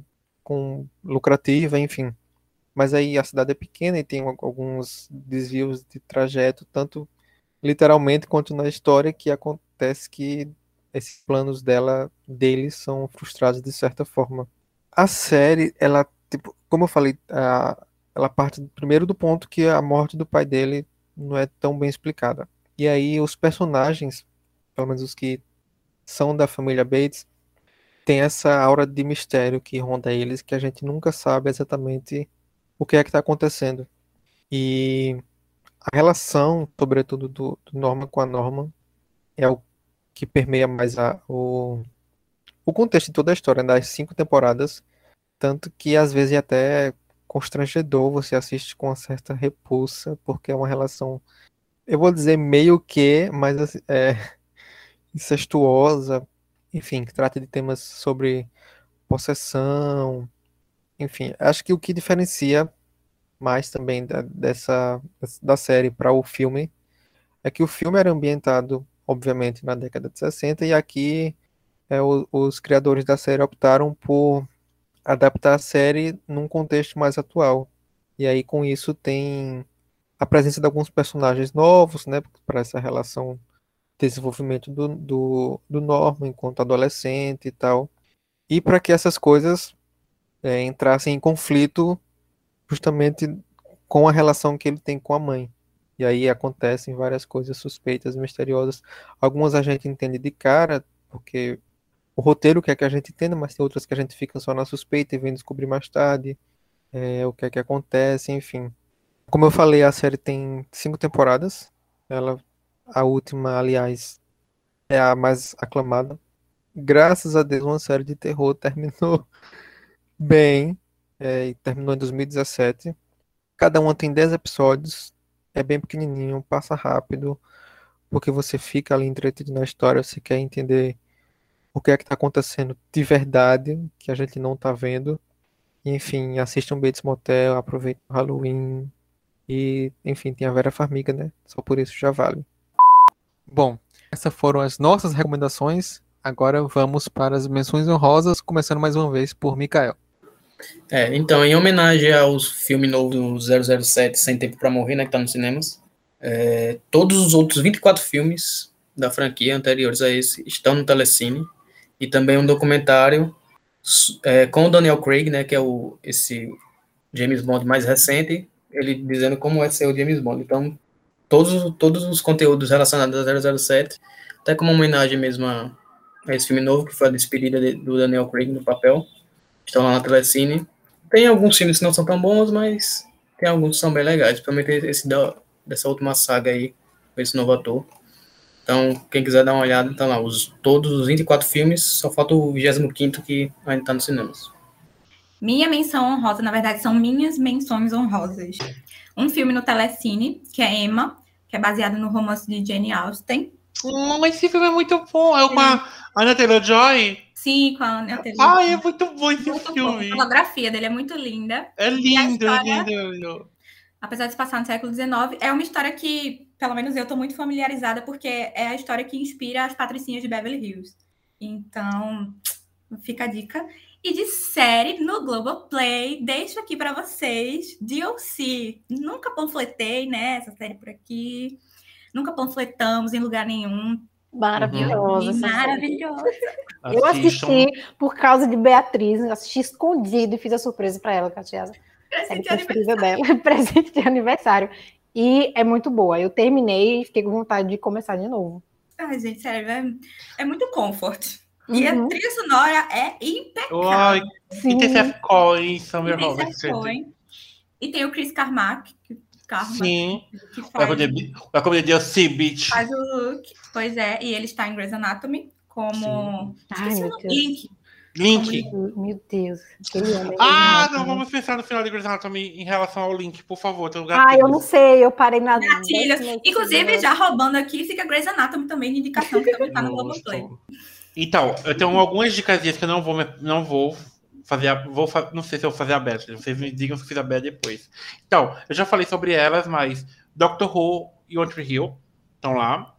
lucrativa, enfim. Mas aí a cidade é pequena e tem alguns desvios de trajeto, tanto literalmente quanto na história, que acontece que esses planos deles são frustrados de certa forma. A série, ela, tipo, como eu falei, ela parte primeiro do ponto que a morte do pai dele não é tão bem explicada. E aí os personagens, pelo menos os que são da família Bates, tem essa aura de mistério que ronda eles, que a gente nunca sabe exatamente o que é que está acontecendo. E a relação, sobretudo, do Norman com a Norma é o que permeia mais o contexto de toda a história, das 5 temporadas, tanto que às vezes é até constrangedor, você assiste com uma certa repulsa, porque é uma relação eu vou dizer meio que, mas assim, incestuosa, enfim, que trata de temas sobre possessão, enfim, acho que o que diferencia mais também da série para o filme é que o filme era ambientado, obviamente, na década de 60 e aqui os criadores da série optaram por adaptar a série num contexto mais atual. E aí, com isso, tem a presença de alguns personagens novos, né, para essa relação, desenvolvimento do Norman enquanto adolescente e tal. E para que essas coisas entrassem em conflito justamente com a relação que ele tem com a mãe. E aí acontecem várias coisas suspeitas, misteriosas. Algumas a gente entende de cara, porque o roteiro quer que a gente entenda, mas tem outras que a gente fica só na suspeita e vem descobrir mais tarde o que é que acontece, enfim. Como eu falei, a série tem 5 temporadas. A última, aliás, é a mais aclamada. Graças a Deus, uma série de terror terminou bem, e terminou em 2017. Cada uma tem 10 episódios, é bem pequenininho, passa rápido, porque você fica ali entretido na história, você quer entender o que é que está acontecendo de verdade, que a gente não está vendo. E, enfim, assistam Bates Motel, aproveitem o Halloween. E, enfim, tem a Vera Farmiga, né? Só por isso já vale. Bom, essas foram as nossas recomendações. Agora vamos para as menções honrosas, começando mais uma vez por Mikael. Então, em homenagem ao filme novo do 007, Sem Tempo pra Morrer, né, que tá nos cinemas, todos os outros 24 filmes da franquia anteriores a esse estão no Telecine, e também um documentário com o Daniel Craig, né, que é esse James Bond mais recente, ele dizendo como é ser o James Bond. Então, todos os conteúdos relacionados a 007, até como uma homenagem mesmo a esse filme novo, que foi a despedida do Daniel Craig no papel, estão lá na Telecine. Tem alguns filmes que não são tão bons, mas tem alguns que são bem legais, principalmente esse dessa última saga aí, com esse novo ator. Então, quem quiser dar uma olhada, tá lá, todos os 24 filmes, só falta o 25º que ainda tá nos cinemas. Minha menção honrosa, na verdade, são minhas menções honrosas. Um filme no Telecine, que é Emma, que é baseado no romance de Jane Austen. Esse filme é muito bom. É com a Anya Taylor-Joy? Sim, com a Anya Taylor-Joy. Ai, é muito bom esse filme. A fotografia dele é muito linda. É lindo, lindo. Apesar de se passar no século XIX, é uma história que, pelo menos eu estou muito familiarizada, porque é a história que inspira as Patricinhas de Beverly Hills. Então, fica a dica. E de série no Globoplay, deixo aqui para vocês, DLC. Nunca panfletei, né, essa série por aqui. Nunca panfletamos em lugar nenhum. Maravilhosa. Maravilhosa. Eu assisti por causa de Beatriz, assisti escondido e fiz a surpresa para ela, Catiasa. Presente preferida dela, presente de aniversário. E é muito boa. Eu terminei e fiquei com vontade de começar de novo. Ai, gente, sério, é muito comfort. E a trilha sonora é impecável. Ai, e tem Seth Cohen, Summer House. E tem o Chris Carmack. Sim. Que faz a comida de Sea Beach. Faz o Luke. Pois é, e ele está em Grey's Anatomy como... Ai, meu Deus. Link. Meu Deus. Não vamos pensar no final de Grey's Anatomy em relação ao Link, por favor. Tem eu não sei, eu parei na... Gatilhos. Inclusive, já roubando aqui, fica Grey's Anatomy também de indicação, que também tá no Globoplay. Então, eu tenho algumas dicas que eu não vou fazer, não sei se eu vou fazer aberto, vocês me digam se eu fiz aberto depois. Então, eu já falei sobre elas, mas Doctor Who e One Tree Hill estão lá.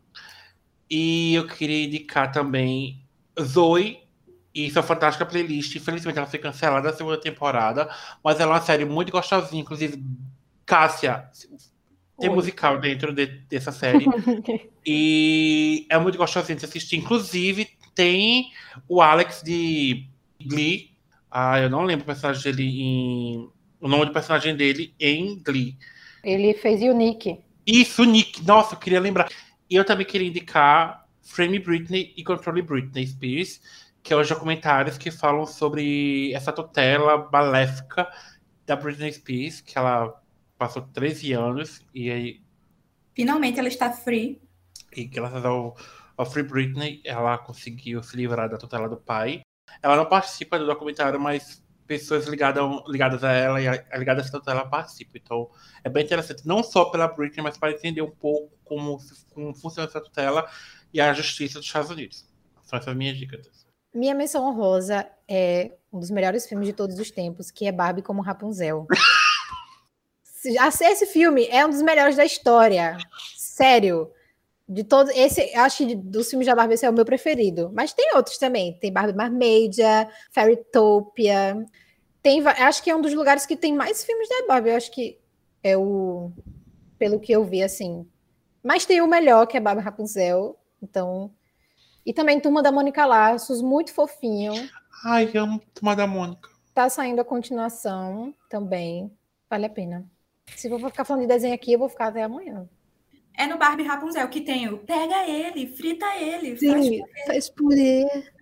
E eu queria indicar também Zoe e sua fantástica playlist. Infelizmente ela foi cancelada na segunda temporada, mas ela é uma série muito gostosinha. Inclusive, Cássia, tem musical dentro dessa série. E é muito gostosinho de assistir. Inclusive, tem o Alex de Glee. Eu não lembro o nome do personagem dele em Glee. Ele fez o Nick. Isso, Nick. Nossa, eu queria lembrar. E eu também queria indicar Frame Britney e Control Britney Spears, que é os documentários que falam sobre essa tutela maléfica da Britney Spears, que ela passou 13 anos e aí... Finalmente ela está free. E graças ao Free Britney, ela conseguiu se livrar da tutela do pai. Ela não participa do documentário, mas pessoas ligadas a ela e ligadas tanto a ela participam. Então, é bem interessante, não só pela Britney, mas para entender um pouco como funciona essa tutela e a justiça dos Estados Unidos. São essas minhas dicas. Minha menção honrosa é um dos melhores filmes de todos os tempos, que é Barbie como Rapunzel. Esse filme é um dos melhores da história. Sério. De todos, acho que dos filmes da Barbie esse é o meu preferido. Mas tem outros também. Tem Barbie Marmadia, Fairytopia. Acho que é um dos lugares que tem mais filmes da Barbie. Eu acho que é pelo que eu vi, assim. Mas tem o melhor, que é Barbie Rapunzel. Então... E também Turma da Mônica Laços, muito fofinho. Ai, eu amo Turma da Mônica. Tá saindo a continuação também. Vale a pena. Se eu for ficar falando de desenho aqui, eu vou ficar até amanhã. É no Barbie Rapunzel que tem o pega ele, frita ele, Sim, faz purê.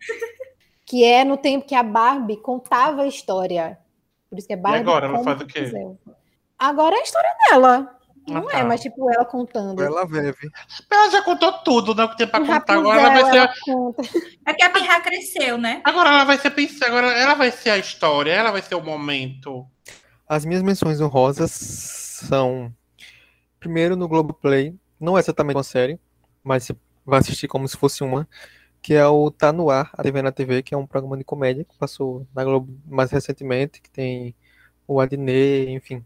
Que é no tempo que a Barbie contava a história. Por isso que é Barbie. E agora, ela como faz o quê? Rapunzel. Agora é a história dela. Não tá. é, mas tipo, ela contando. Ela vive. Ela já contou tudo, né? O que tem pra O contar. Rapunzel, Agora ela vai ser. ela conta. É que a Pirra cresceu, né? Agora ela vai ser pensar. Agora ela vai ser a história, ela vai ser o momento. As minhas menções honrosas são, primeiro, no Globoplay, não é exatamente uma série, mas você vai assistir como se fosse uma, que é o Tá No Ar, a TV na TV, que é um programa de comédia que passou na Globo mais recentemente, que tem o Adnet, enfim.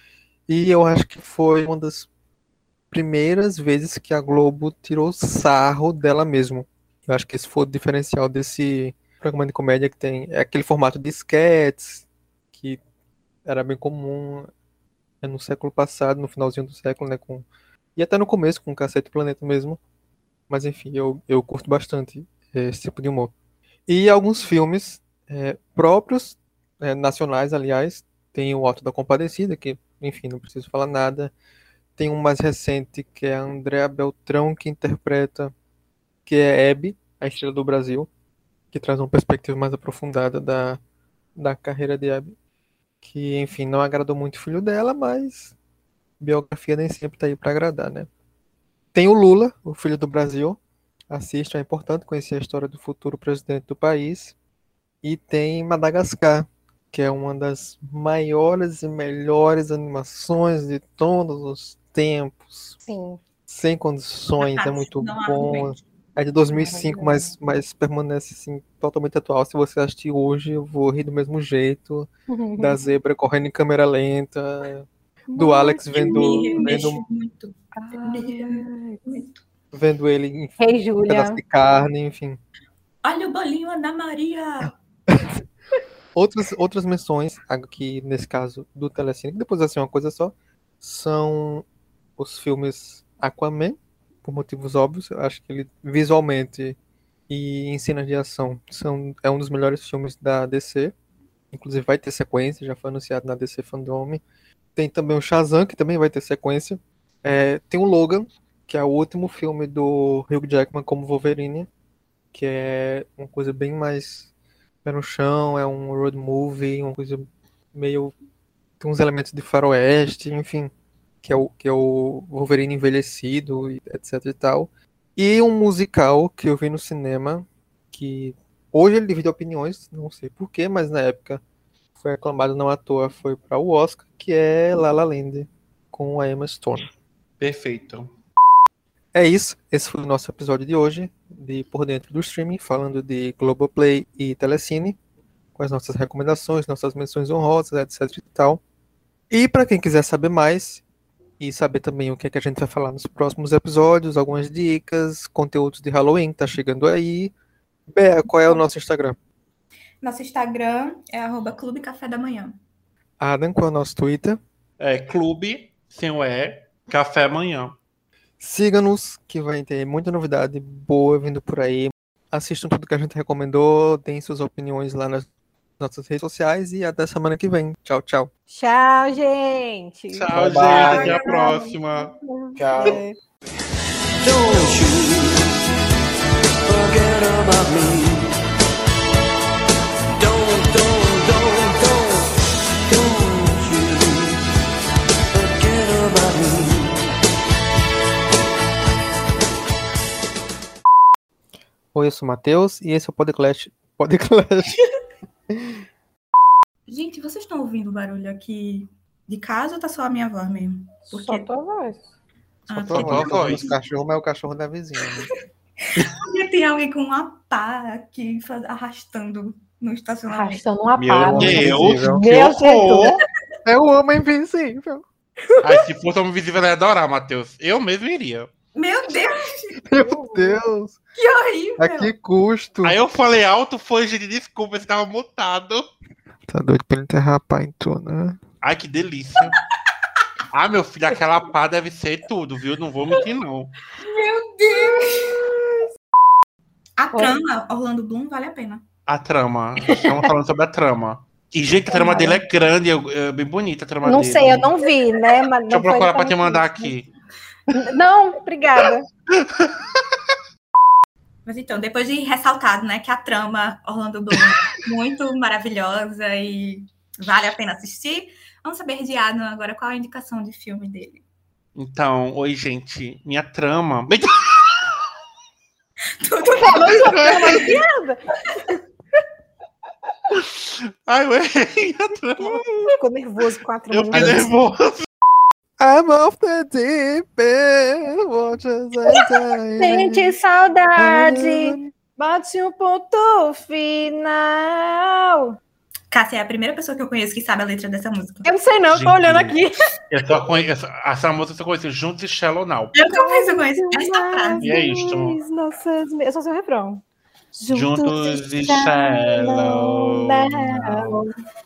E eu acho que foi uma das primeiras vezes que a Globo tirou sarro dela mesmo. Eu acho que esse foi o diferencial desse programa de comédia que tem, é aquele formato de sketches, que era bem comum no século passado, no finalzinho do século, né? E até no começo, com o Cacete Planeta mesmo. Mas enfim, eu curto bastante esse tipo de humor. E alguns filmes próprios, nacionais, aliás. Tem o Auto da Compadecida, que, enfim, não preciso falar nada. Tem um mais recente, que é a Andréa Beltrão, que interpreta, que é Hebe, a estrela do Brasil, que traz uma perspectiva mais aprofundada da carreira de Hebe. Que, enfim, não agradou muito o filho dela, mas biografia nem sempre tá aí para agradar, né? Tem o Lula, o filho do Brasil. Assista, é importante conhecer a história do futuro presidente do país. E tem Madagascar, que é uma das maiores e melhores animações de todos os tempos. Sim. Sem condições, é muito Não há bom. argumento. É de 2005, mas permanece assim, totalmente atual. Se você assistir hoje, eu vou rir do mesmo jeito. Da zebra correndo em câmera lenta, do Alex vendo muito. vendo ele em Hey, Júlia. pedaço de carne, enfim. Olha o bolinho, Ana Maria! Outras menções, aqui nesse caso do Telecine, que depois assim uma coisa só, são os filmes Aquaman, por motivos óbvios. Eu acho que ele visualmente e em cenas de ação é um dos melhores filmes da DC. Inclusive vai ter sequência, já foi anunciado na DC Fandom. Tem também o Shazam, que também vai ter sequência. Tem o Logan, que é o último filme do Hugh Jackman como Wolverine, que é uma coisa bem mais pé no chão, é um road movie, uma coisa meio... tem uns elementos de faroeste, enfim, que é o Wolverine envelhecido, etc e tal. E um musical que eu vi no cinema, que hoje ele divide opiniões, não sei porquê, mas na época foi aclamado não à toa, foi para o Oscar, que é La La Land, com a Emma Stone. Perfeito. É isso, esse foi o nosso episódio de hoje, de Por Dentro do Streaming, falando de Globoplay e Telecine, com as nossas recomendações, nossas menções honrosas, etc e tal. E para quem quiser saber mais, e saber também o que é que a gente vai falar nos próximos episódios, algumas dicas, conteúdos de Halloween que tá chegando aí. Bea, qual é o nosso Instagram? Nosso Instagram é @Clube Café da Manhã. Adam, qual é o nosso Twitter? Clube, sem o E, Café Amanhã. Siga-nos, que vai ter muita novidade boa vindo por aí. Assistam tudo que a gente recomendou, deem suas opiniões lá nas nossas redes sociais e até semana que vem. Tchau, tchau. Tchau, gente. Tchau, Bye, gente. bye. Até a próxima. Tchau. Don't you forget about me. Don't you forget about me. Oi, eu sou o Matheus e esse é o Podcast. Gente, vocês estão ouvindo o barulho aqui de casa ou tá só a minha voz mesmo? Porque... Só tua voz. Ah, Só porque... tua voz. Os cachorros, mas é o cachorro da vizinha. Né? porque tem alguém com uma pá aqui arrastando no estacionamento. Arrastando uma Meu pá. Deus, invisível. que Meu horror! Jesus. É o homem invisível. Ai, se fosse homem invisível, eu ia adorar, Matheus. Eu mesmo iria. Meu Deus, Meu Deus. que horrível! A que custo? Aí eu falei alto, foi, gente, desculpa, você tava mutado. Tá doido pra enterrar a pá em tu, né? Ai, que delícia. Ah, meu filho, aquela pá deve ser tudo, viu? Não vou mentir, não. Meu Deus! A trama, Orlando Bloom, vale a pena. A trama. Estamos falando sobre a trama. E, gente, a trama dele é grande, é bem bonita a trama Não dele. sei, eu não vi, né? Mas Deixa eu não foi procurar pra tão te mandar difícil. aqui. Não, obrigada. Mas então, depois de ressaltado, né, que a trama Orlando Bloom é muito maravilhosa e vale a pena assistir, vamos saber de Adam agora qual a indicação de filme dele. Então, oi, gente. Minha trama. Tudo Ai, eu errei a trama. Ficou nervoso com a Eu trama. fiquei nervoso. I'm off the deep end, watch as I die. Sente saudade, bate um ponto final. Cássia é a primeira pessoa que eu conheço que sabe a letra dessa música. Eu não sei não, tô Gente. olhando aqui. Eu só conheço, essa música eu só conheço Juntos e Shallow Now. Eu também só conheço essa frase. E é isto. Nossas... Eu só sei o refrão. Juntos e Shallow Now.